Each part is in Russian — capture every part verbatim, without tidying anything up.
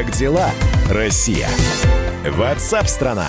Как дела, Россия? WhatsApp-страна.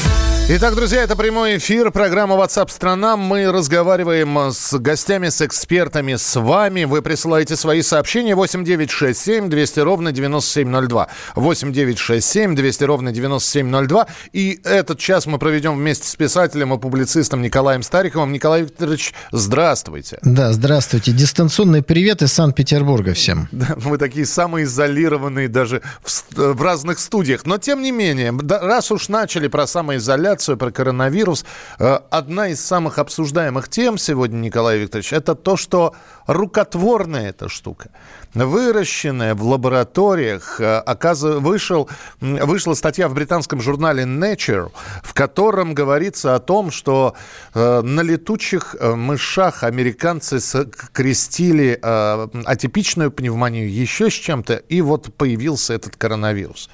Итак, друзья, это прямой эфир, программа WhatsApp страна. Мы разговариваем с гостями, с экспертами, с вами. Вы присылаете свои сообщения восемь девятьсот шестьдесят семь двести ровно девяносто семь ноль два. восемь девятьсот шестьдесят семь двести ровно девяносто семь ноль два. И этот час мы проведем вместе с писателем и публицистом Николаем Стариковым. Николай Викторович, здравствуйте. Да, здравствуйте. Дистанционный привет из Санкт-Петербурга всем. Да, мы такие самоизолированные даже в, в разных студиях. Но тем не менее, раз уж начали про самоизоляцию, про коронавирус. Одна из самых обсуждаемых тем сегодня, Николай Викторович, это то, что рукотворная эта штука, выращенная в лабораториях. Оказывается, вышел, вышла статья в британском журнале Nature, в котором говорится о том, что на летучих мышах американцы скрестили атипичную пневмонию еще с чем-то, и вот появился этот коронавирус.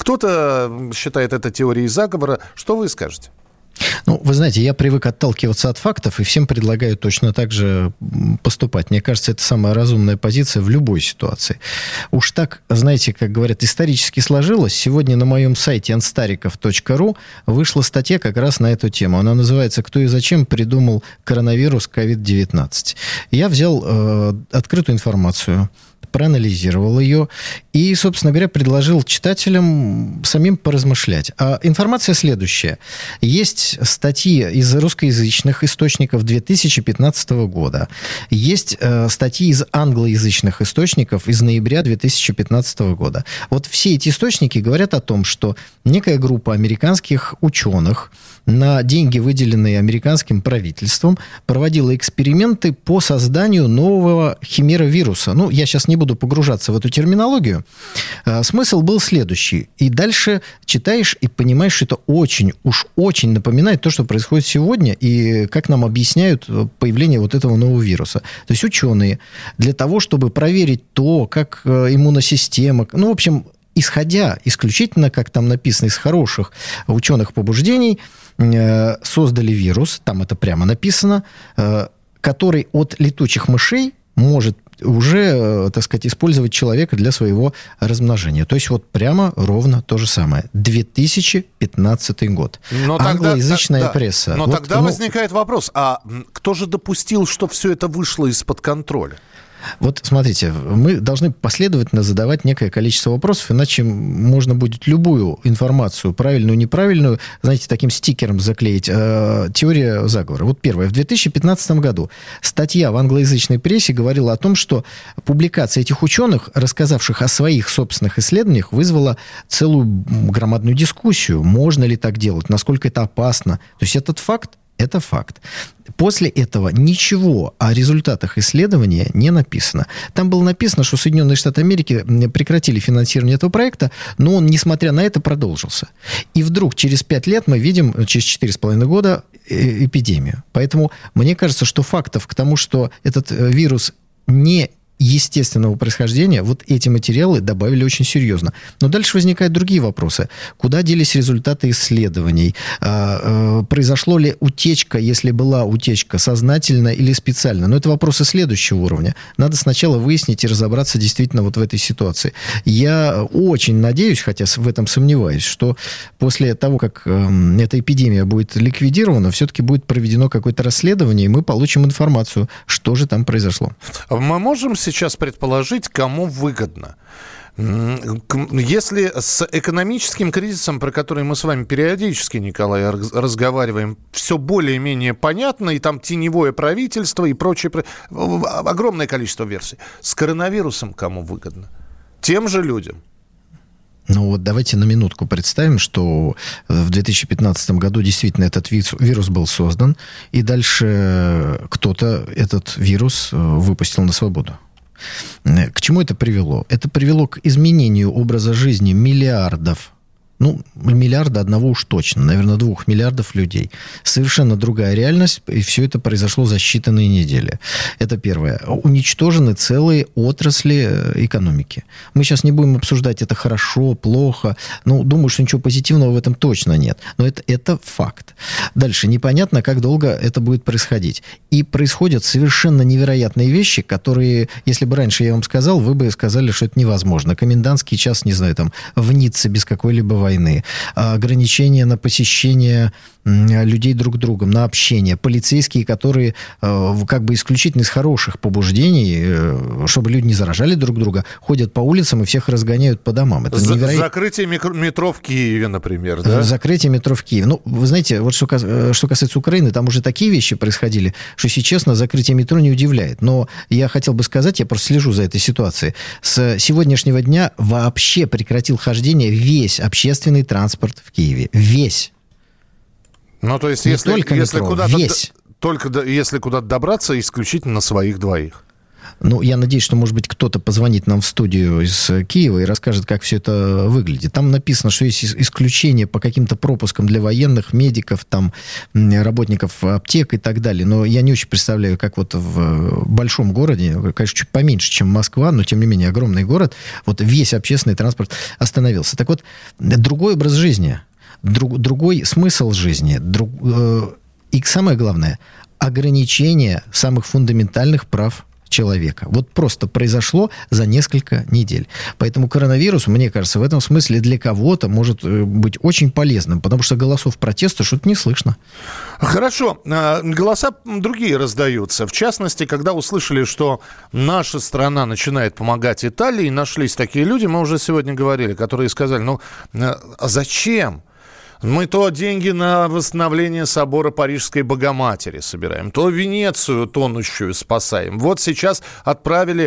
Кто-то считает это теорией заговора. Что вы скажете? Ну, вы знаете, я привык отталкиваться от фактов, и всем предлагаю точно так же поступать. Мне кажется, это самая разумная позиция в любой ситуации. Уж так, знаете, как говорят, исторически сложилось. Сегодня на моем сайте ансtarikov точка ру вышла статья как раз на эту тему. Она называется «Кто и зачем придумал коронавирус ковид девятнадцать». Я взял э, открытую информацию, проанализировал ее и, собственно говоря, предложил читателям самим поразмышлять. А информация следующая. Есть статьи из русскоязычных источников две тысячи пятнадцатого года. Есть э, статьи из англоязычных источников из ноября две тысячи пятнадцатого года. Вот все эти источники говорят о том, что некая группа американских ученых на деньги, выделенные американским правительством, проводила эксперименты по созданию нового химеровируса. Ну, я сейчас не буду погружаться в эту терминологию. Смысл был следующий. И дальше читаешь и понимаешь, что это очень, уж очень напоминает то, что происходит сегодня, и как нам объясняют появление вот этого нового вируса. То есть ученые для того, чтобы проверить то, как иммуносистема... Ну, в общем, исходя исключительно, как там написано, из хороших ученых побуждений, создали вирус, там это прямо написано, который от летучих мышей может уже, так сказать, использовать человека для своего размножения. То есть вот прямо ровно то же самое. две тысячи пятнадцатый год. Но англоязычная тогда, пресса. Но вот, тогда ну, возникает вопрос, а кто же допустил, что все это вышло из-под контроля? Вот смотрите, мы должны последовательно задавать некое количество вопросов, иначе можно будет любую информацию, правильную, неправильную, знаете, таким стикером заклеить. Э, теория заговора. Вот первое. В две тысячи пятнадцатом году статья в англоязычной прессе говорила о том, что публикация этих ученых, рассказавших о своих собственных исследованиях, вызвала целую громадную дискуссию. Можно ли так делать? Насколько это опасно? То есть этот факт Это факт. После этого ничего о результатах исследования не написано. Там было написано, что Соединенные Штаты Америки прекратили финансирование этого проекта, но он, несмотря на это, продолжился. И вдруг через пять лет мы видим, через четыре с половиной года, эпидемию. Поэтому мне кажется, что фактов к тому, что этот вирус не естественного происхождения, вот эти материалы добавили очень серьезно. Но дальше возникают другие вопросы. Куда делись результаты исследований? А, а, произошло ли утечка, если была утечка, сознательно или специально? Но это вопросы следующего уровня. Надо сначала выяснить и разобраться действительно вот в этой ситуации. Я очень надеюсь, хотя в этом сомневаюсь, что после того, как э, эта эпидемия будет ликвидирована, все-таки будет проведено какое-то расследование, и мы получим информацию, что же там произошло. Мы можем сейчас предположить, кому выгодно. Если с экономическим кризисом, про который мы с вами периодически, Николай, разговариваем, все более-менее понятно, и там теневое правительство и прочее, огромное количество версий. С коронавирусом кому выгодно? Тем же людям. Ну вот давайте на минутку представим, что в две тысячи пятнадцатом году действительно этот вирус был создан, и дальше кто-то этот вирус выпустил на свободу. К чему это привело? Это привело к изменению образа жизни миллиардов, ну, миллиарда одного уж точно, наверное, двух миллиардов людей. Совершенно другая реальность, и все это произошло за считанные недели. Это первое. Уничтожены целые отрасли экономики. Мы сейчас не будем обсуждать, это хорошо, плохо. Ну, думаю, что ничего позитивного в этом точно нет. Но это, это факт. Дальше. Непонятно, как долго это будет происходить. И происходят совершенно невероятные вещи, которые, если бы раньше я вам сказал, вы бы сказали, что это невозможно. Комендантский час, не знаю, там, в Ницце без какой-либо войны. Ограничения на посещение людей друг другом, на общение. Полицейские, которые как бы исключительно из хороших побуждений, чтобы люди не заражали друг друга, ходят по улицам и всех разгоняют по домам. Это За- невероятно. Закрытие метро в Киеве, например, да? Закрытие метро в Киеве. Ну, вы знаете, вот что, что касается Украины, там уже такие вещи происходили, что, если честно, закрытие метро не удивляет. Но я хотел бы сказать, я просто слежу за этой ситуацией. С сегодняшнего дня вообще прекратил хождение весь общественный транспорт в Киеве. Весь. Ну, то есть, Не если, только если метро, куда-то, весь. только до- если куда-то добраться, исключительно на своих двоих. Ну, я надеюсь, что, может быть, кто-то позвонит нам в студию из Киева и расскажет, как все это выглядит. Там написано, что есть исключения по каким-то пропускам для военных, медиков, там, работников аптек и так далее. Но я не очень представляю, как вот в большом городе, конечно, чуть поменьше, чем Москва, но, тем не менее, огромный город, вот весь общественный транспорт остановился. Так вот, другой образ жизни, друг, другой смысл жизни, друг, э, и самое главное, ограничение самых фундаментальных прав человека. Вот просто произошло за несколько недель. Поэтому коронавирус, мне кажется, в этом смысле для кого-то может быть очень полезным, потому что голосов протеста что-то не слышно. Хорошо. Голоса другие раздаются. В частности, когда услышали, что наша страна начинает помогать Италии, нашлись такие люди, мы уже сегодня говорили, которые сказали, ну, а зачем? Мы то деньги на восстановление собора Парижской Богоматери собираем, то Венецию тонущую спасаем. Вот сейчас отправили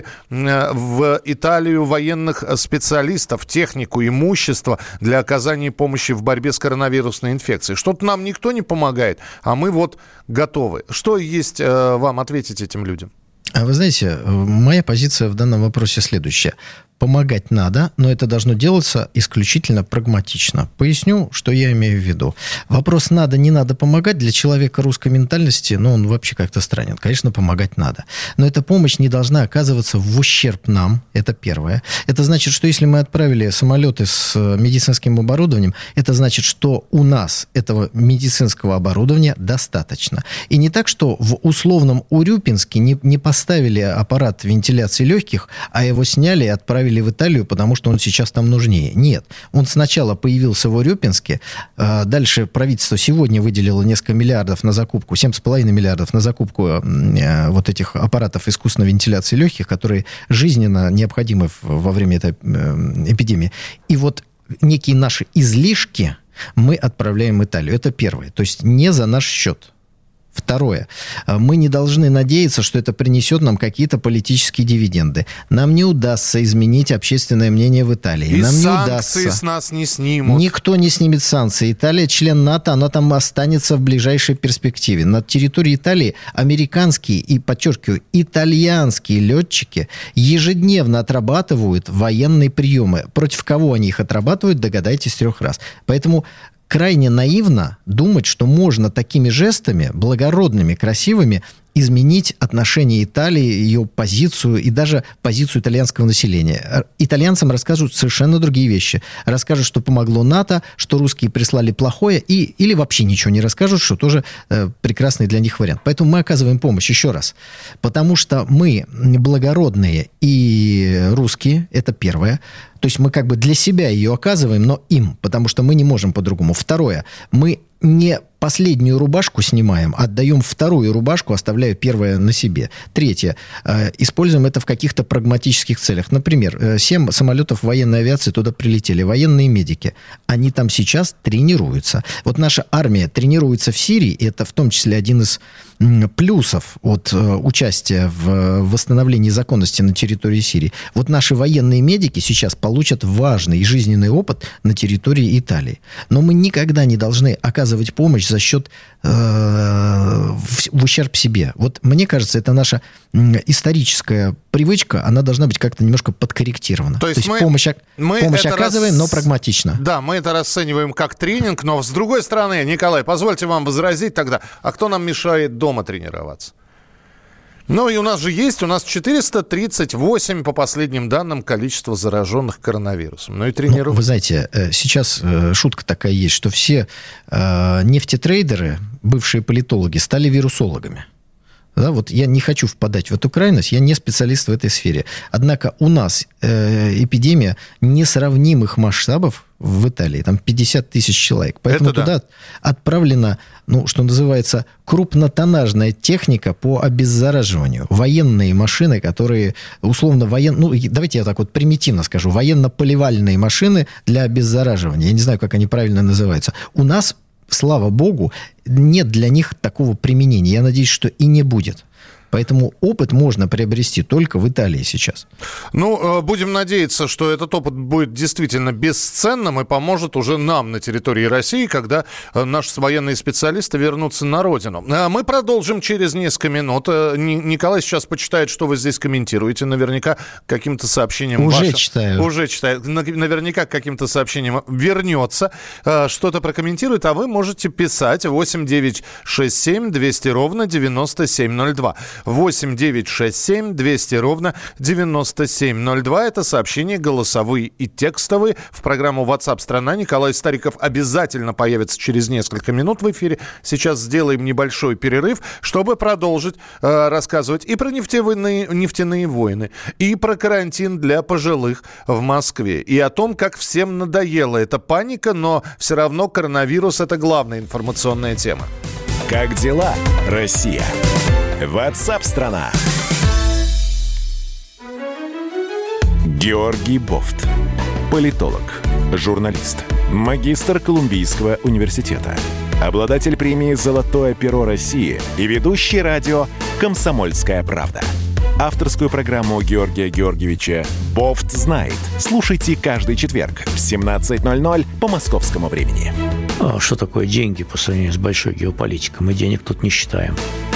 в Италию военных специалистов, технику, имущество для оказания помощи в борьбе с коронавирусной инфекцией. Что-то нам никто не помогает, а мы вот готовы. Что есть вам ответить этим людям? А вы знаете, моя позиция в данном вопросе следующая. Помогать надо, но это должно делаться исключительно прагматично. Поясню, что я имею в виду. Вопрос надо, не надо помогать для человека русской ментальности, ну, он вообще как-то странен. Конечно, помогать надо. Но эта помощь не должна оказываться в ущерб нам, это первое. Это значит, что если мы отправили самолеты с медицинским оборудованием, это значит, что у нас этого медицинского оборудования достаточно. И не так, что в условном Урюпинске не, не поставили аппарат вентиляции легких, а его сняли и отправили в Италию, потому что он сейчас там нужнее. Нет. Он сначала появился в Урюпинске, дальше правительство сегодня выделило несколько миллиардов на закупку, семь с половиной миллиардов на закупку вот этих аппаратов искусственной вентиляции легких, которые жизненно необходимы во время этой эпидемии. И вот некие наши излишки мы отправляем в Италию. Это первое. То есть не за наш счет. Второе. Мы не должны надеяться, что это принесет нам какие-то политические дивиденды. Нам не удастся изменить общественное мнение в Италии. И нам не санкции удастся. с нас не снимут. Никто не снимет санкции. Италия член НАТО, она там останется в ближайшей перспективе. На территории Италии американские и, подчеркиваю, итальянские летчики ежедневно отрабатывают военные приемы. Против кого они их отрабатывают, догадайтесь трех раз. Поэтому крайне наивно думать, что можно такими жестами, благородными, красивыми, изменить отношение Италии, ее позицию и даже позицию итальянского населения. Итальянцам расскажут совершенно другие вещи. Расскажут, что помогло НАТО, что русские прислали плохое, и, или вообще ничего не расскажут, что тоже э, прекрасный для них вариант. Поэтому мы оказываем помощь, еще раз. Потому что мы благородные и русские, это первое. То есть мы как бы для себя ее оказываем, но им, потому что мы не можем по-другому. Второе, мы не последнюю рубашку снимаем, отдаем вторую рубашку, оставляя первое на себе. Третье. Э, используем это в каких-то прагматических целях. Например, э, семь самолетов военной авиации туда прилетели. Военные медики. Они там сейчас тренируются. Вот наша армия тренируется в Сирии, и это в том числе один из плюсов от участия в восстановлении законности на территории Сирии. Вот наши военные медики сейчас получат важный и жизненный опыт на территории Италии. Но мы никогда не должны оказывать помощь за счет э, в, в ущерб себе. Вот мне кажется, это наша историческая привычка, она должна быть как-то немножко подкорректирована. То есть, То есть мы, помощь, мы помощь оказываем, рас... но прагматично. Да, мы это расцениваем как тренинг, но с другой стороны, Николай, позвольте вам возразить тогда, а кто нам мешает дома тренироваться? Ну, и у нас же есть, у нас четыреста тридцать восемь, по последним данным, количество зараженных коронавирусом. Ну, и трениров... ну, вы знаете, сейчас шутка такая есть, что все э, нефтетрейдеры, бывшие политологи, стали вирусологами. Да, вот я не хочу впадать в эту крайность, я не специалист в этой сфере. Однако у нас э, эпидемия несравнимых масштабов в Италии, там пятьдесят тысяч человек. Поэтому это туда да. отправлена, ну, что называется, крупнотоннажная техника по обеззараживанию. Военные машины, которые, условно, воен... ну, давайте я так вот примитивно скажу, военно-поливальные машины для обеззараживания. Я не знаю, как они правильно называются. У нас, слава богу, нет для них такого применения. Я надеюсь, что и не будет. Поэтому опыт можно приобрести только в Италии сейчас. Ну, будем надеяться, что этот опыт будет действительно бесценным и поможет уже нам на территории России, когда наши военные специалисты вернутся на родину. Мы продолжим через несколько минут. Николай сейчас почитает, что вы здесь комментируете. Наверняка каким-то сообщением... Уже вашим... читаю. Уже читаю. Наверняка каким-то сообщением вернется, что-то прокомментирует, а вы можете писать восемь девятьсот шестьдесят семь двести ровно девяносто семь ноль два. восемь девятьсот шестьдесят семь двести ровно девяносто семь ноль два. Это сообщения голосовые и текстовые в программу WhatsApp страна. Николай Стариков обязательно появится через несколько минут в эфире. Сейчас сделаем небольшой перерыв, чтобы продолжить э, рассказывать и про нефтяные, нефтяные войны, и про карантин для пожилых в Москве, и о том, как всем надоела эта паника, но все равно коронавирус – это главная информационная тема. Как дела, Россия? WhatsApp-страна. Георгий Бофт. Политолог, журналист, магистр Колумбийского университета, обладатель премии «Золотое перо России» и ведущий радио «Комсомольская правда». Авторскую программу Георгия Георгиевича «Бофт знает». Слушайте каждый четверг в семнадцать ноль ноль по московскому времени. А что такое деньги по сравнению с большой геополитикой? Мы денег тут не считаем.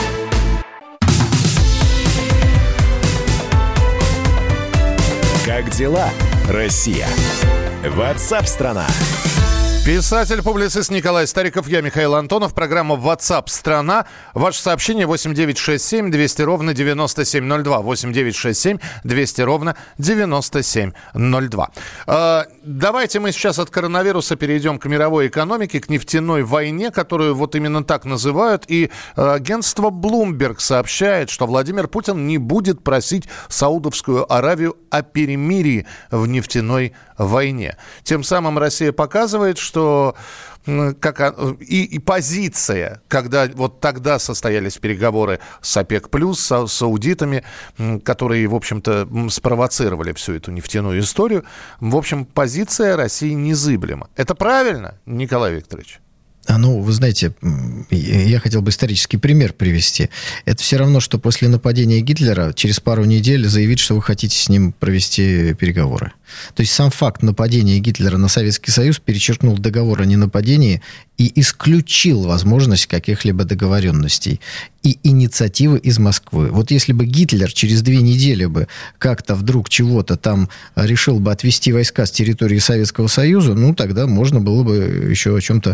Как дела, Россия? WhatsApp-страна. Писатель-публицист Николай Стариков, я Михаил Антонов. Программа WhatsApp страна. Ваше сообщение восемь девятьсот шестьдесят семь двести ровно девяносто семь ноль два. восемь девятьсот шестьдесят семь двести ровно девяносто семь ноль два. Э, давайте мы сейчас от коронавируса перейдем к мировой экономике, к нефтяной войне, которую вот именно так называют. И э, агентство Bloomberg сообщает, что Владимир Путин не будет просить Саудовскую Аравию о перемирии в нефтяной войне. Тем самым Россия показывает, что что как, и, и позиция, когда вот тогда состоялись переговоры с ОПЕК+, с саудитами, которые, в общем-то, спровоцировали всю эту нефтяную историю, в общем, позиция России незыблема. Это правильно, Николай Викторович? Ну, вы знаете, я хотел бы исторический пример привести. Это все равно, что после нападения Гитлера через пару недель заявить, что вы хотите с ним провести переговоры. То есть сам факт нападения Гитлера на Советский Союз перечеркнул договор о ненападении и исключил возможность каких-либо договоренностей и инициативы из Москвы. Вот если бы Гитлер через две недели бы как-то вдруг чего-то там решил бы отвести войска с территории Советского Союза, ну, тогда можно было бы еще о чем-то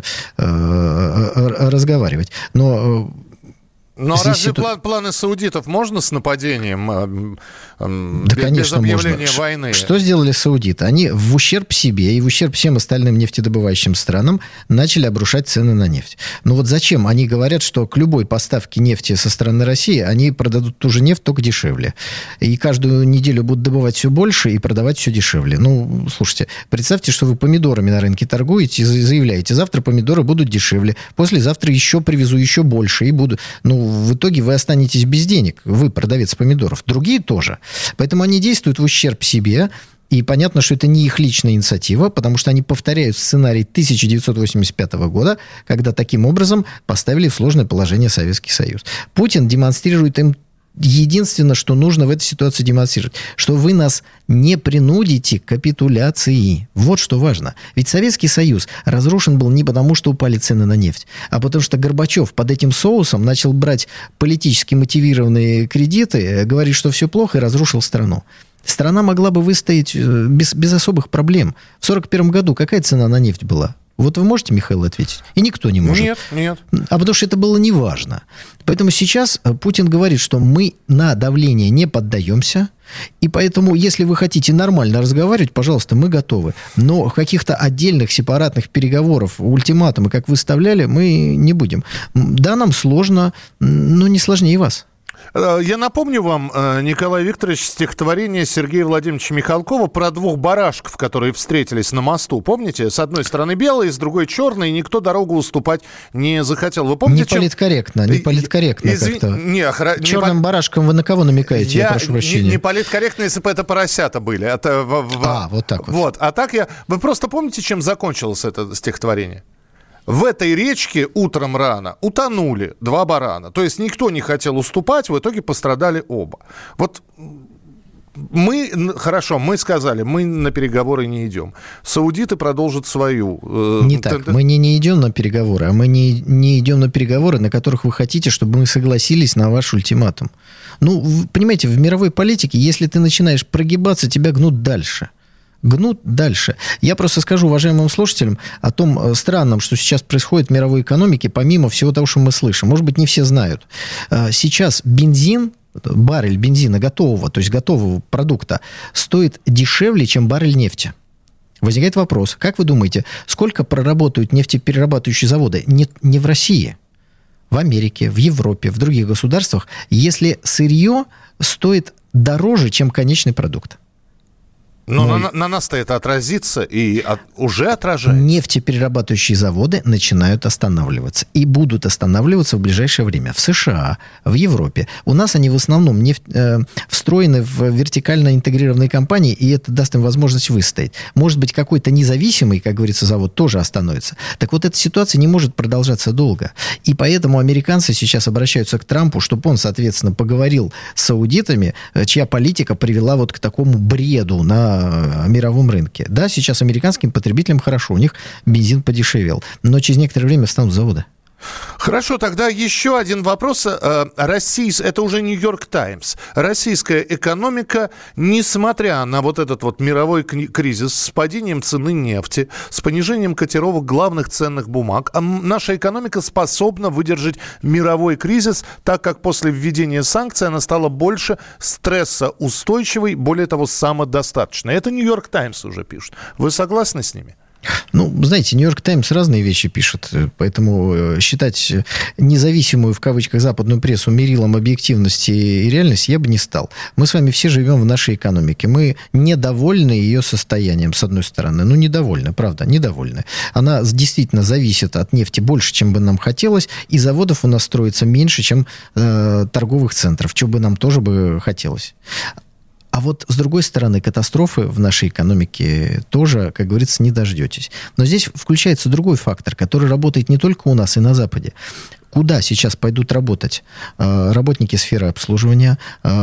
э, разговаривать. Но... Но Здесь разве это... план, планы саудитов можно с нападением э, э, да, без, конечно, без объявления можно. войны? Что сделали саудиты? Они в ущерб себе и в ущерб всем остальным нефтедобывающим странам начали обрушать цены на нефть. Ну вот зачем? Они говорят, что к любой поставке нефти со стороны России они продадут ту же нефть, только дешевле. И каждую неделю будут добывать все больше и продавать все дешевле. Ну, слушайте, представьте, что вы помидорами на рынке торгуете и заявляете, завтра помидоры будут дешевле, послезавтра еще привезу еще больше и буду... Ну, в итоге вы останетесь без денег. Вы продавец помидоров. Другие тоже. Поэтому они действуют в ущерб себе И понятно, что это не их личная инициатива, потому что они повторяют сценарий тысяча девятьсот восемьдесят пятого года, когда таким образом поставили в сложное положение Советский Союз. Путин демонстрирует им единственное, что нужно в этой ситуации демонстрировать, что вы нас не принудите к капитуляции. Вот что важно. Ведь Советский Союз разрушен был не потому, что упали цены на нефть, а потому что Горбачев под этим соусом начал брать политически мотивированные кредиты, говорить, что все плохо, и разрушил страну. Страна могла бы выстоять без, без особых проблем. В сорок первом году какая цена на нефть была? Вот вы можете, Михаил, ответить? И никто не может. Нет, нет. А потому что это было неважно. Поэтому сейчас Путин говорит, что мы на давление не поддаемся, и поэтому, если вы хотите нормально разговаривать, пожалуйста, мы готовы. Но каких-то отдельных сепаратных переговоров, ультиматумы, как вы вставляли, мы не будем. Да, нам сложно, но не сложнее вас. Я напомню вам, Николай Викторович, стихотворение Сергея Владимировича Михалкова про двух барашков, которые встретились на мосту. Помните? С одной стороны белый, с другой черный, и никто дорогу уступать не захотел. Вы помните, не политкорректно, не политкорректно Изв... как-то. Не, хра... Черным не... барашком вы на кого намекаете? Я, я прошу прощения. Не, не политкорректно, если бы это поросята были. Это в... А, вот так вот. Вот. А так я... Вы просто помните, чем закончилось это стихотворение? В этой речке утром рано утонули два барана. То есть никто не хотел уступать, в итоге пострадали оба. Вот мы, хорошо, мы сказали, мы на переговоры не идем. Саудиты продолжат свою... Э, не так, т- мы не, не идем на переговоры, а мы не, не идем на переговоры, на которых вы хотите, чтобы мы согласились на ваш ультиматум. Ну, понимаете, в мировой политике, если ты начинаешь прогибаться, тебя гнут дальше. Гнут дальше. Я просто скажу уважаемым слушателям о том странном, что сейчас происходит в мировой экономике, помимо всего того, что мы слышим. Может быть, не все знают. Сейчас бензин, баррель бензина готового, то есть готового продукта, стоит дешевле, чем баррель нефти. Возникает вопрос, как вы думаете, сколько проработают нефтеперерабатывающие заводы не, не в России, в Америке, в Европе, в других государствах, если сырье стоит дороже, чем конечный продукт? Но ну, на, на нас-то это отразится и от, уже отражается. Нефтеперерабатывающие заводы начинают останавливаться. И будут останавливаться в ближайшее время. В США, в Европе. У нас они в основном нефть, э, встроены в вертикально интегрированные компании, и это даст им возможность выстоять. Может быть, какой-то независимый, как говорится, завод тоже остановится. Так вот, эта ситуация не может продолжаться долго. И поэтому американцы сейчас обращаются к Трампу, чтобы он, соответственно, поговорил с саудитами, чья политика привела вот к такому бреду на мировом рынке. Да, сейчас американским потребителям хорошо, у них бензин подешевел, но через некоторое время встанут заводы. Хорошо, тогда еще один вопрос. Российс... Это уже Нью-Йорк Таймс. Российская экономика, несмотря на вот этот вот мировой кризис с падением цены нефти, с понижением котировок главных ценных бумаг, наша экономика способна выдержать мировой кризис, так как после введения санкций она стала больше стрессоустойчивой, более того, самодостаточной. Это Нью-Йорк Таймс уже пишет. Вы согласны с ними? Ну, знаете, Нью-Йорк Таймс разные вещи пишет, поэтому считать независимую, в кавычках, западную прессу мерилом объективности и реальности я бы не стал. Мы с вами все живем в нашей экономике. Мы недовольны ее состоянием, с одной стороны. Ну, недовольны, правда, недовольны. Она действительно зависит от нефти больше, чем бы нам хотелось, и заводов у нас строится меньше, чем э, торговых центров, чего бы нам тоже бы хотелось. А вот, с другой стороны, катастрофы в нашей экономике тоже, как говорится, не дождетесь. Но здесь включается другой фактор, который работает не только у нас и на Западе. Куда сейчас пойдут работать работники сферы обслуживания,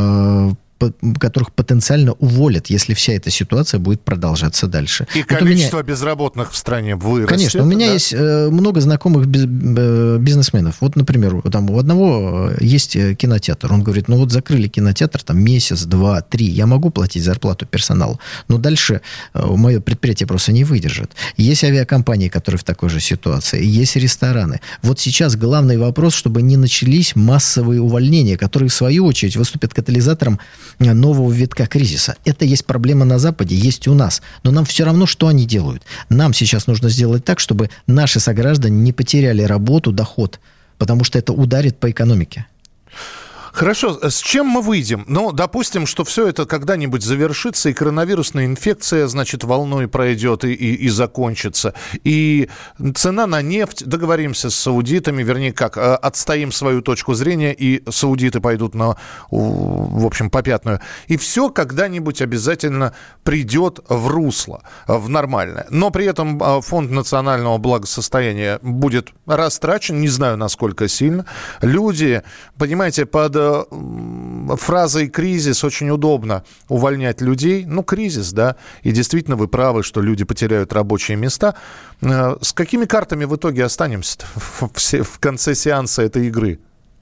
которых потенциально уволят, если вся эта ситуация будет продолжаться дальше. И вот количество меня... безработных в стране вырастет. Конечно, у меня да? есть э, много знакомых биз... бизнесменов. Вот, например, там у одного есть кинотеатр. Он говорит, ну вот закрыли кинотеатр там месяц, два, три. Я могу платить зарплату персоналу, но дальше э, мое предприятие просто не выдержит. Есть авиакомпании, которые в такой же ситуации. Есть рестораны. Вот сейчас главный вопрос, чтобы не начались массовые увольнения, которые, в свою очередь, выступят катализатором нового витка кризиса. Это есть проблема на Западе, есть у нас. Но нам все равно, что они делают. Нам сейчас нужно сделать так, чтобы наши сограждане не потеряли работу, доход, потому что это ударит по экономике. Хорошо, с чем мы выйдем? Ну, допустим, что все это когда-нибудь завершится, и коронавирусная инфекция, значит, волной пройдет и, и, и закончится. И цена на нефть, договоримся с саудитами, вернее, как, отстоим свою точку зрения, и саудиты пойдут на, в общем, попятную. И все когда-нибудь обязательно придет в русло, в нормальное. Но при этом фонд национального благосостояния будет растрачен, не знаю, насколько сильно. Люди, понимаете, под фразой «кризис» очень удобно увольнять людей. Ну, кризис, да. И действительно, вы правы, что люди потеряют рабочие места. С какими картами в итоге останемся в конце сеанса этой игры?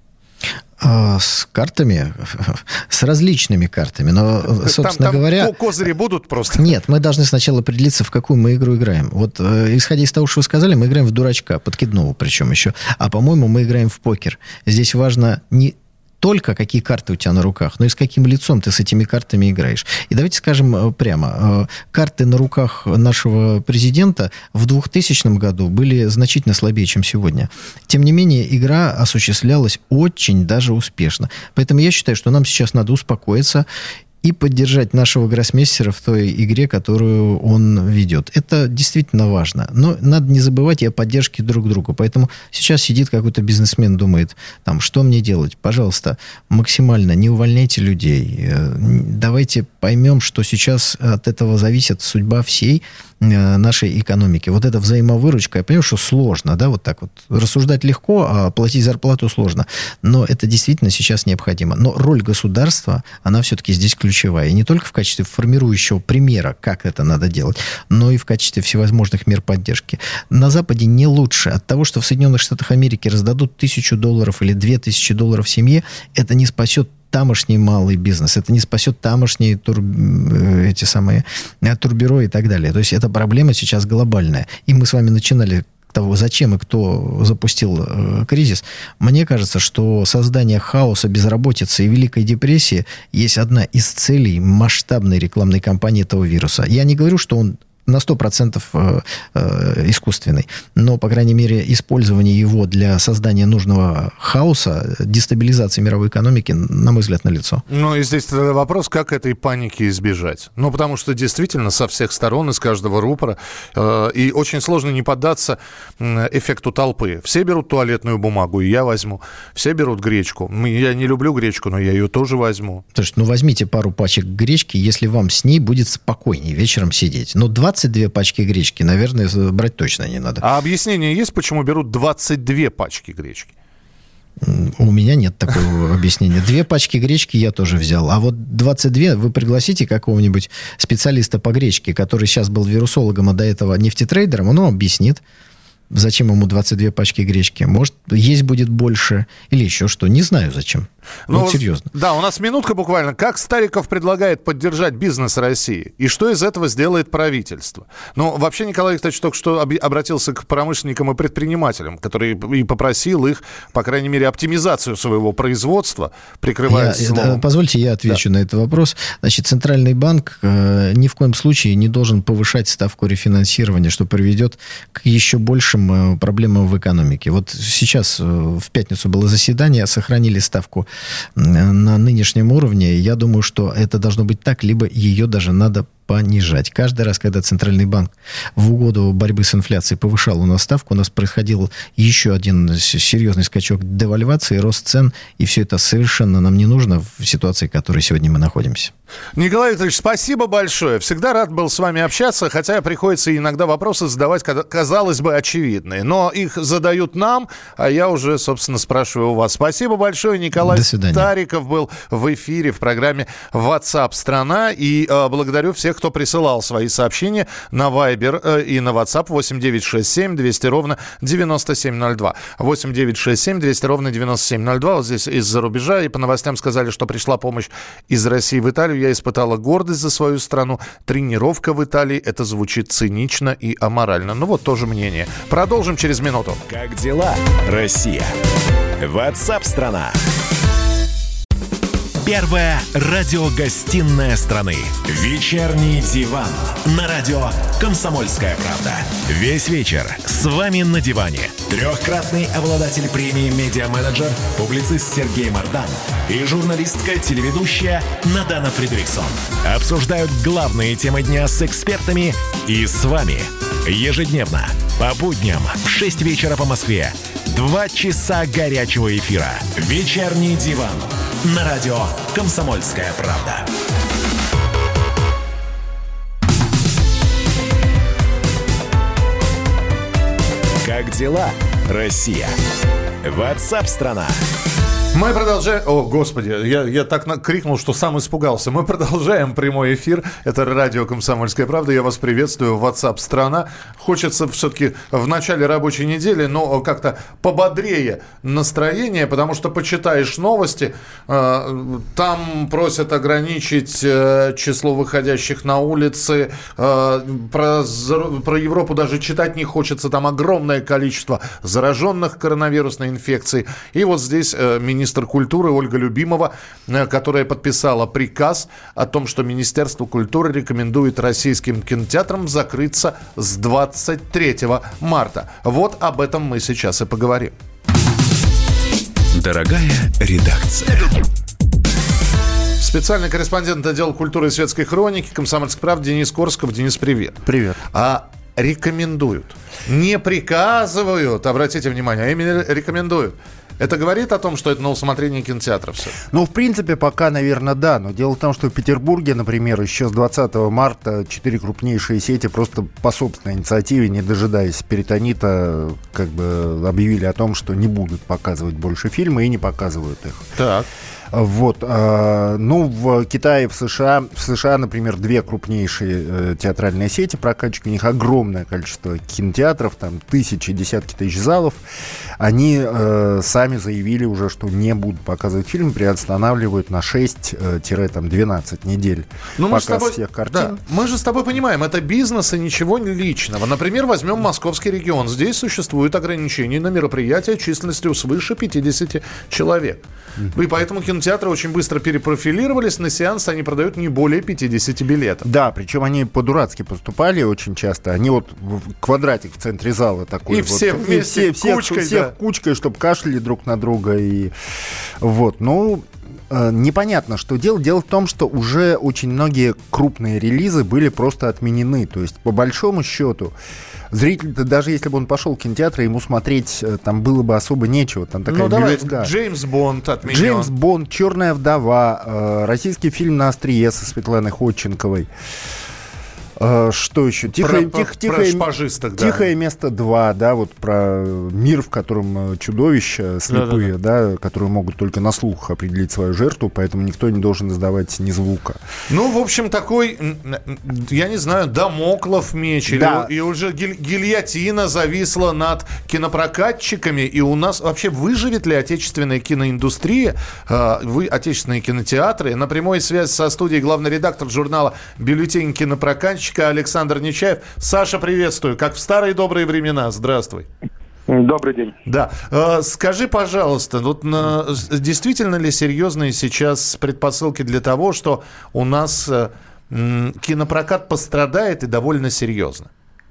С картами, с различными картами, но, собственно там, там говоря... козыри будут просто? Нет, мы должны сначала определиться, в какую мы игру играем. Вот, исходя из того, что вы сказали, мы играем в дурачка, подкидного причем еще. А, по-моему, мы играем в покер. Здесь важно не только какие карты у тебя на руках, но и с каким лицом ты с этими картами играешь. И давайте скажем прямо, карты на руках нашего президента в двухтысячном году были значительно слабее, чем сегодня. Тем не менее, игра осуществлялась очень даже успешно. Поэтому я считаю, что нам сейчас надо успокоиться и поддержать нашего гроссмейстера в той игре, которую он ведет. Это действительно важно. Но надо не забывать и о поддержке друг друга. Поэтому сейчас сидит какой-то бизнесмен, думает, там, что мне делать? Пожалуйста, максимально не увольняйте людей. Давайте поймем, что сейчас от этого зависит судьба всей нашей экономики. Вот эта взаимовыручка, я понимаю, что сложно, да, вот так вот. Рассуждать легко, а платить зарплату сложно. Но это действительно сейчас необходимо. Но роль государства, она все-таки здесь ключевая. И не только в качестве формирующего примера, как это надо делать, но и в качестве всевозможных мер поддержки. На Западе не лучше. От того, что в Соединенных Штатах Америки раздадут тысячу долларов или две тысячи долларов семье, это не спасет тамошний малый бизнес, это не спасет тамошние тур... эти самые турбюро и так далее. То есть эта проблема сейчас глобальная. И мы с вами начинали того, зачем и кто запустил э, кризис. Мне кажется, что создание хаоса, безработицы и Великой депрессии есть одна из целей масштабной рекламной кампании этого вируса. Я не говорю, что он на сто процентов э, э, искусственный. Но, по крайней мере, использование его для создания нужного хаоса, дестабилизации мировой экономики, на мой взгляд, налицо. Ну, и здесь вопрос, как этой паники избежать. Ну, потому что действительно со всех сторон, из каждого рупора, э, и очень сложно не поддаться эффекту толпы. Все берут туалетную бумагу, и я возьму. Все берут гречку. Я не люблю гречку, но я ее тоже возьму. То есть, ну, возьмите пару пачек гречки, если вам с ней будет спокойнее вечером сидеть. Но двадцать две пачки гречки, наверное, брать точно не надо. А объяснение есть, почему берут двадцать две пачки гречки? У меня нет такого объяснения. Две пачки гречки я тоже взял. А вот двадцать две вы пригласите какого-нибудь специалиста по гречке, который сейчас был вирусологом, а до этого нефтетрейдером, он вам объяснит, зачем ему двадцать две пачки гречки. Может, есть будет больше или еще что. Не знаю, зачем. Ну, вот серьезно. Да, у нас минутка буквально. Как Стариков предлагает поддержать бизнес России? И что из этого сделает правительство? Ну, вообще Николай Викторович только что об- обратился к промышленникам и предпринимателям, которые и попросил их, по крайней мере, оптимизацию своего производства, прикрываясь я, словом. Да, позвольте, я отвечу да. на этот вопрос. Значит, Центральный банк э, ни в коем случае не должен повышать ставку рефинансирования, что приведет к еще большим э, проблемам в экономике. Вот сейчас э, в пятницу было заседание, сохранили ставку на нынешнем уровне. Я думаю, что это должно быть так, либо ее даже надо понижать. Каждый раз, когда Центральный банк в угоду борьбы с инфляцией повышал у нас ставку, у нас происходил еще один серьезный скачок девальвации, рост цен, и все это совершенно нам не нужно в ситуации, в которой сегодня мы находимся. Николай Викторович, спасибо большое. Всегда рад был с вами общаться, хотя приходится иногда вопросы задавать, казалось бы, очевидные. Но их задают нам, а я уже, собственно, спрашиваю у вас. Спасибо большое. Николай Стариков был в эфире в программе WhatsApp страна. И э, благодарю всех, кто присылал свои сообщения на Viber э, и на WhatsApp восемь девятьсот шестьдесят семь двести ровно девяносто семь ноль два. восемь девятьсот шестьдесят семь двести ровно девяносто семь ноль два. Вот здесь из-за рубежа. И по новостям сказали, что пришла помощь из России в Италию. Я испытала гордость за свою страну. Тренировка в Италии, это звучит цинично и аморально. Ну вот тоже мнение. Продолжим через минуту. Как дела, Россия? WhatsApp-страна. Первая радиогостинная страны. Вечерний диван. На радио «Комсомольская правда». Весь вечер с вами на диване. Трехкратный обладатель премии «Медиа-менеджер», публицист Сергей Мардан и журналистка-телеведущая Надана Фридрихсон обсуждают главные темы дня с экспертами и с вами. Ежедневно, по будням, в шесть вечера по Москве. Два часа горячего эфира. «Вечерний диван» на радио «Комсомольская правда». Как дела, Россия? WhatsApp-страна. Мы продолжаем... О, господи, я, я так на... крикнул, что сам испугался. Мы продолжаем прямой эфир. Это радио «Комсомольская правда». Я вас приветствую. WhatsApp страна. Хочется все-таки в начале рабочей недели, но как-то пободрее настроение, потому что почитаешь новости, э, там просят ограничить э, число выходящих на улицы. Э, про, про Европу даже читать не хочется. Там огромное количество зараженных коронавирусной инфекцией. И вот здесь э, министр Министр культуры Ольга Любимова, которая подписала приказ о том, что Министерство культуры рекомендует российским кинотеатрам закрыться с двадцать третьего марта. Вот об этом мы сейчас и поговорим. Дорогая редакция. Специальный корреспондент отдела культуры и светской хроники «Комсомольской правды» Денис Корсков. Денис, привет. Привет. А рекомендуют, не приказывают, обратите внимание, а именно рекомендуют. Это говорит о том, что это на усмотрение кинотеатров все? Ну, в принципе, пока, наверное, да. Но дело в том, что в Петербурге, например, еще с двадцатого марта четыре крупнейшие сети просто по собственной инициативе, не дожидаясь перитонита, как бы объявили о том, что не будут показывать больше фильмы и не показывают их. Так. Вот, э, ну, в Китае, в США, в США, например, две крупнейшие э, театральные сети, прокатчики, у них огромное количество кинотеатров, там тысячи, десятки тысяч залов. Они э, сами заявили уже, что не будут показывать фильм, приостанавливают на шесть-двенадцать недель ну, показ мы тобой, всех картин. Да, мы же с тобой понимаем, это бизнес и ничего личного. Например, возьмем московский регион. Здесь существует ограничение на мероприятия численностью свыше пятидесяти человек. Mm-hmm. И поэтому кинотеатры Театры очень быстро перепрофилировались. На сеанс они продают не более пятьдесят билетов. Да, причем они по-дурацки поступали очень часто. Они вот в квадратик в центре зала такой. И вот, все вместе, и все, кучкой. Всех да. кучкой, чтобы кашляли друг на друга. И вот, ну... Непонятно, что дело. Дело в том, что уже очень многие крупные релизы были просто отменены. То есть, по большому счету, зритель, даже если бы он пошел в кинотеатр, ему смотреть там было бы особо нечего. Там такая ну, давай, мелюзга. Джеймс Бонд отменен. Джеймс Бонд, «Черная вдова», э, российский фильм «На острие» со Светланой Ходченковой. Что еще? Тихое, про, тих, про, тихое, про тихое да. место два, да, вот про мир, в котором чудовища слепые, да, да, да. да, которые могут только на слух определить свою жертву, поэтому никто не должен издавать ни звука. Ну, в общем, такой, я не знаю, дамоклов меч, да. или, и уже гиль, гильотина зависла над кинопрокатчиками, и у нас вообще выживет ли отечественная киноиндустрия, вы, отечественные кинотеатры? На прямой связи со студией главный редактор журнала «Бюллетень кинопрокатчика» Александр Нечаев. Саша, приветствую. Как в старые добрые времена. Здравствуй. Добрый день. Да. Скажи, пожалуйста, вот на, действительно ли серьезные сейчас предпосылки для того, что у нас кинопрокат пострадает и довольно серьезно?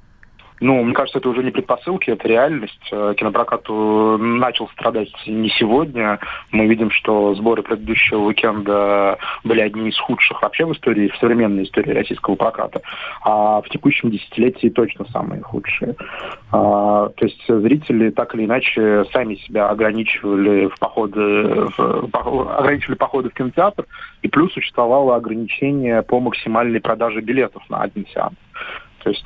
Ну, мне кажется, это уже не предпосылки, это реальность. Кинопрокат начал страдать не сегодня. Мы видим, что сборы предыдущего уикенда были одни из худших вообще в истории, в современной истории российского проката. А в текущем десятилетии точно самые худшие. А, то есть зрители так или иначе сами себя ограничивали в походы, в, ограничивали походы в кинотеатр, и плюс существовало ограничение по максимальной продаже билетов на один сеанс. То есть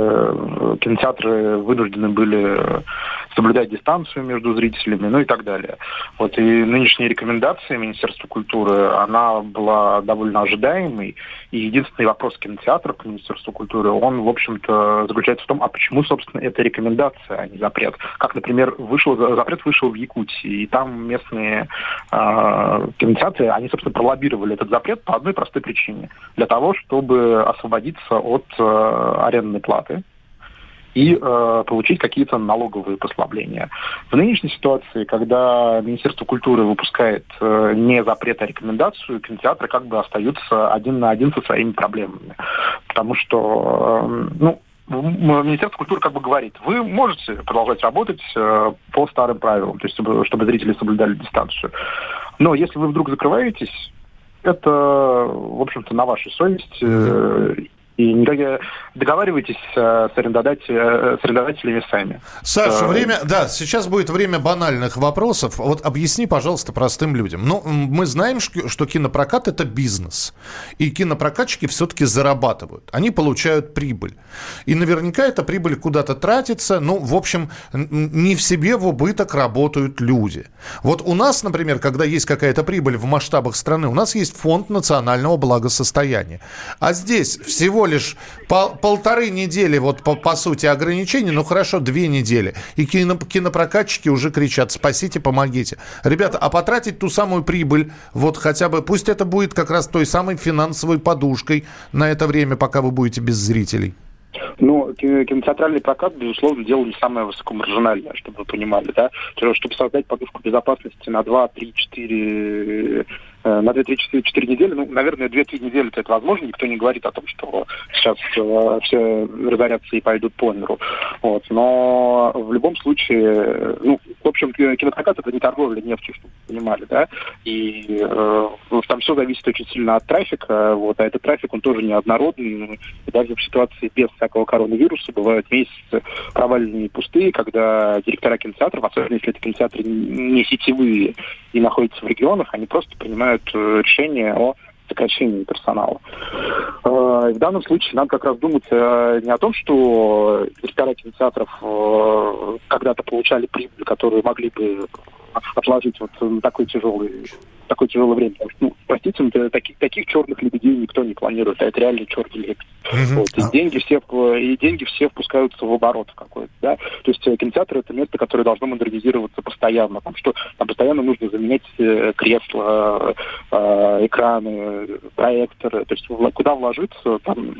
э, кинотеатры вынуждены были соблюдать дистанцию между зрителями, ну и так далее. Вот, и нынешняя рекомендация Министерства культуры, она была довольно ожидаемой. И единственный вопрос кинотеатра к Министерству культуры, он, в общем-то, заключается в том, а почему, собственно, это рекомендация, а не запрет. Как, например, вышел, запрет вышел в Якутии, и там местные э, кинотеатры, они, собственно, пролоббировали этот запрет по одной простой причине. Для того, чтобы освободиться от э, арендной платы и э, получить какие-то налоговые послабления. В нынешней ситуации, когда Министерство культуры выпускает э, не запрет, а рекомендацию, кинотеатры как бы остаются один на один со своими проблемами. Потому что, э, ну, Министерство культуры как бы говорит, вы можете продолжать работать э, по старым правилам, то есть чтобы, чтобы зрители соблюдали дистанцию. Но если вы вдруг закрываетесь, это, в общем-то, на вашей совести. Э, И никак договаривайтесь с, арендодатель, с арендодателями сами. Саша, время, да, сейчас будет время банальных вопросов. Вот объясни, пожалуйста, простым людям. Ну, мы знаем, что кинопрокат – это бизнес. И кинопрокатчики все-таки зарабатывают. Они получают прибыль. И наверняка эта прибыль куда-то тратится. Ну, в общем, не в себе в убыток работают люди. Вот у нас, например, когда есть какая-то прибыль в масштабах страны, у нас есть фонд национального благосостояния. А здесь всего лишь пол, полторы недели, вот по, по сути, ограничений, ну хорошо, две недели. И кино, кинопрокатчики уже кричат: спасите, помогите. Ребята, а потратить ту самую прибыль, вот хотя бы, пусть это будет как раз той самой финансовой подушкой на это время, пока вы будете без зрителей. Ну, кинотеатральный прокат, безусловно, дело не самое высокомаржинальное, чтобы вы понимали, да. Чтобы создать подушку безопасности на два, три, четыре... на две-три-четыре недели, ну, наверное, две-три недели это возможно, никто не говорит о том, что сейчас э, все разорятся и пойдут по миру. Вот. Но в любом случае, ну, в общем, кинопрокат это не торговля нефтью, чтобы вы понимали, да, и э, там все зависит очень сильно от трафика, вот, а этот трафик, он тоже неоднородный, и даже в ситуации без всякого коронавируса бывают месяцы провальные и пустые, когда директора кинотеатров, особенно если это кинотеатры не сетевые и находятся в регионах, они просто принимают решение о сокращении персонала. В данном случае надо как раз думать не о том, что директора кинотеатров когда-то получали прибыль, которую могли бы отложить вот на такой тяжелый, такое тяжелое время. Потому что, ну, простите, но таких, таких черных лебедей никто не планирует, а это реально черный лебедь. Mm-hmm. Вот, и, деньги все, и деньги все впускаются в оборот какой-то. Да? То есть кинотеатр — это место, которое должно модернизироваться постоянно. Там, что, там постоянно нужно заменять кресла, э, экраны, проекторы. То есть куда вложиться, там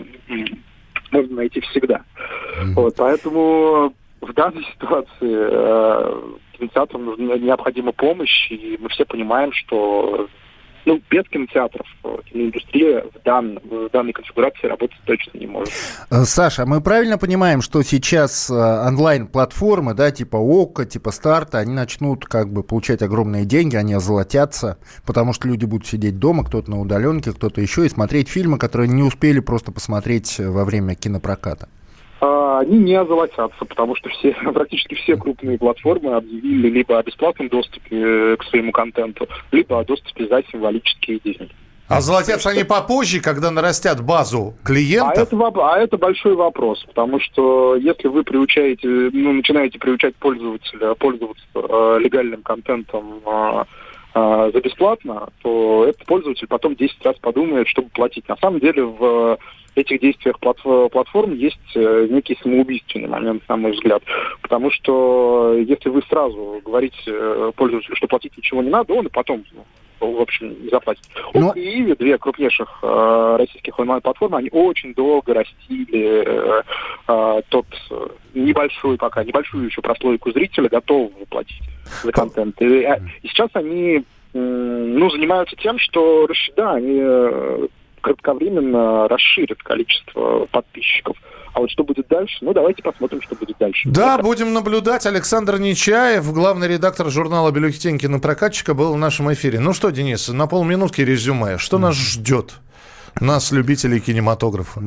можно найти всегда. Mm-hmm. Вот, поэтому в данной ситуации э, кинотеатрам нужна, необходима помощь, и мы все понимаем, что ну, без кинотеатров киноиндустрия в, дан, в данной конфигурации работать точно не может. Саша, мы правильно понимаем, что сейчас онлайн-платформы, да, типа ОККО, типа Старта, они начнут как бы получать огромные деньги, они озолотятся, потому что люди будут сидеть дома, кто-то на удаленке, кто-то еще, и смотреть фильмы, которые не успели просто посмотреть во время кинопроката? Они не озолотятся, потому что все, практически все крупные платформы объявили либо о бесплатном доступе к своему контенту, либо о доступе за символические деньги. А золотятся они попозже, когда нарастят базу клиентов? А это, а это большой вопрос, потому что если вы приучаете, ну, начинаете приучать пользователя пользоваться э, легальным контентом э, э, за бесплатно, то этот пользователь потом десять раз подумает, чтобы платить. На самом деле в этих действиях платформ есть некий самоубийственный момент, на мой взгляд. Потому что если вы сразу говорите пользователю, что платить ничего не надо, он и потом, в общем, не заплатит. Но... ОККО и Иви, две крупнейших э, российских онлайн-платформы, они очень долго растили э, э, тот небольшой пока, небольшую еще прослойку зрителя, готовы платить за контент. И, и сейчас они э, ну, занимаются тем, что, да, они... Э, кратковременно расширит количество подписчиков. А вот что будет дальше? Ну, давайте посмотрим, что будет дальше. Да, будем наблюдать. Александр Нечаев, главный редактор журнала «Бюллетень кинопрокатчика», был в нашем эфире. Ну что, Денис, на полминутки резюме. Что нас ждет? Нас, любителей кинематографа.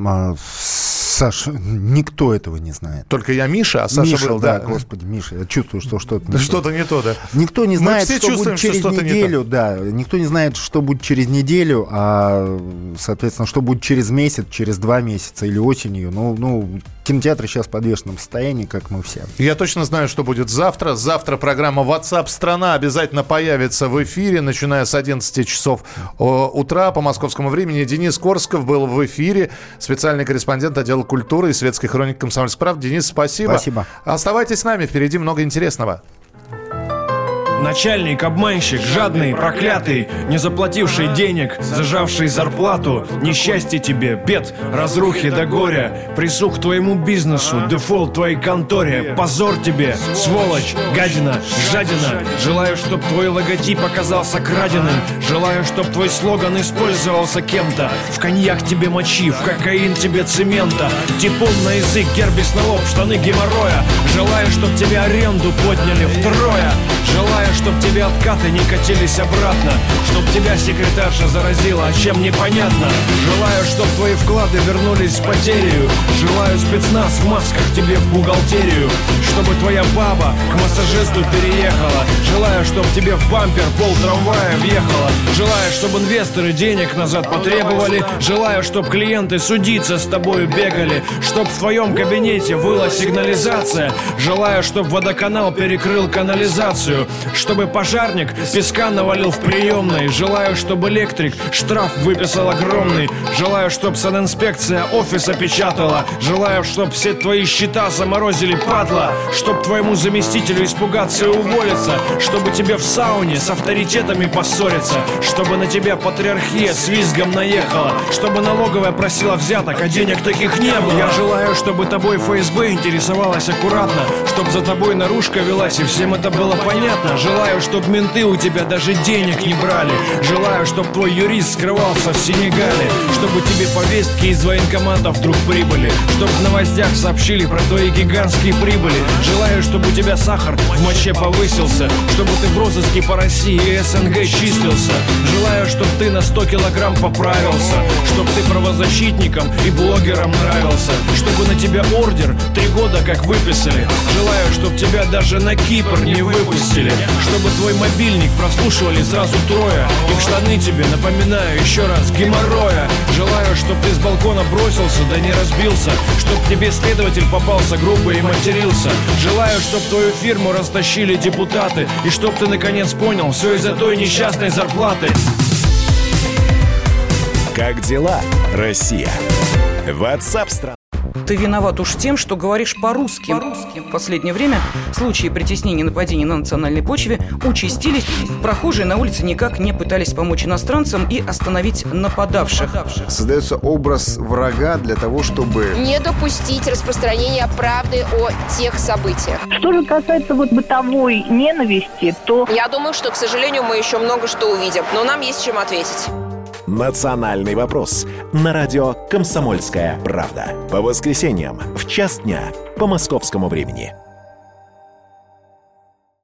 Саша, никто этого не знает. Только я Миша, а Саша Миша, был, да. да. Господи, Миша, я чувствую, что что-то не Что-то то. не то, да. Никто не знает, все что будет через что неделю, не да. Никто не знает, что будет через неделю, а, соответственно, что будет через месяц, через два месяца или осенью. Ну, ну, кинотеатры сейчас в подвешенном состоянии, как мы все. Я точно знаю, что будет завтра. Завтра программа WhatsApp страна обязательно появится в эфире, начиная с одиннадцати часов утра по московскому времени. Денис Корсков был в эфире, специальный корреспондент отдела культуры и светской хроники «Комсомольской правды». Денис, спасибо. Спасибо. Оставайтесь с нами, впереди много интересного. Начальник, обманщик, жадный, проклятый, не заплативший денег, зажавший зарплату. Несчастье тебе, бед, разрухи до горя, присух твоему бизнесу, дефолт твоей конторе. Позор тебе, сволочь, гадина, жадина. Желаю, чтоб твой логотип оказался краденым. Желаю, чтоб твой слоган использовался кем-то. В коньяк тебе мочи, в кокаин тебе цемента. Диплом на язык, гербис на лоб, штаны геморроя. Желаю, чтоб тебе аренду подняли втрое. Желаю, чтоб тебе откаты не катились обратно. Чтоб тебя секретарша заразила, а чем непонятно. Желаю, чтоб твои вклады вернулись в потерю. Желаю спецназ в масках тебе в бухгалтерию. Чтобы твоя баба к массажисту переехала. Желаю, чтоб тебе в бампер пол трамвая въехала. Желаю, чтобы инвесторы денег назад потребовали. Желаю, чтоб клиенты судиться с тобою бегали. Чтоб в твоем кабинете выла сигнализация. Желаю, чтоб водоканал перекрыл канализацию. Чтобы пожарник песка навалил в приемной. Желаю, чтобы электрик штраф выписал огромный. Желаю, чтоб санинспекция офис опечатала. Желаю, чтоб все твои счета заморозили, падла. Чтоб твоему заместителю испугаться и уволиться. Чтобы тебе в сауне с авторитетами поссориться. Чтобы на тебя патриархия с визгом наехала. Чтобы налоговая просила взяток, а денег таких не было. Я желаю, чтобы тобой эф эс бэ интересовалась аккуратно. Чтоб за тобой наружка велась и всем это было понятно. Желаю, чтоб менты у тебя даже денег не брали. Желаю, чтоб твой юрист скрывался в Сенегале. Чтобы тебе повестки из военкоматов вдруг прибыли. Чтоб в новостях сообщили про твои гигантские прибыли. Желаю, чтобы у тебя сахар в моче повысился. Чтобы ты в розыске по России и эс эн гэ числился. Желаю, чтоб ты на сто килограмм поправился. Чтоб ты правозащитникам и блогерам нравился. Чтобы на тебя ордер три года как выписали. Желаю, чтоб тебя даже на Кипр не выпустили. Чтобы твой мобильник прослушивали сразу трое. И в штаны тебе, напоминаю еще раз, геморроя. Желаю, чтоб ты с балкона бросился, да не разбился. Чтоб тебе следователь попался грубо и матерился. Желаю, чтоб твою фирму растащили депутаты. И чтоб ты наконец понял, все из-за той несчастной зарплаты. Как дела, Россия? WhatsApp страна. Ты виноват уж тем, что говоришь по-русски. по-русски. В последнее время случаи притеснения и нападений на национальной почве участились. Прохожие на улице никак не пытались помочь иностранцам и остановить нападавших. Создается образ врага для того, чтобы не допустить распространения правды о тех событиях. Что же касается вот бытовой ненависти, то... Я думаю, что, к сожалению, мы еще много что увидим, но нам есть чем ответить. «Национальный вопрос» на радио «Комсомольская правда». По воскресеньям в час дня по московскому времени.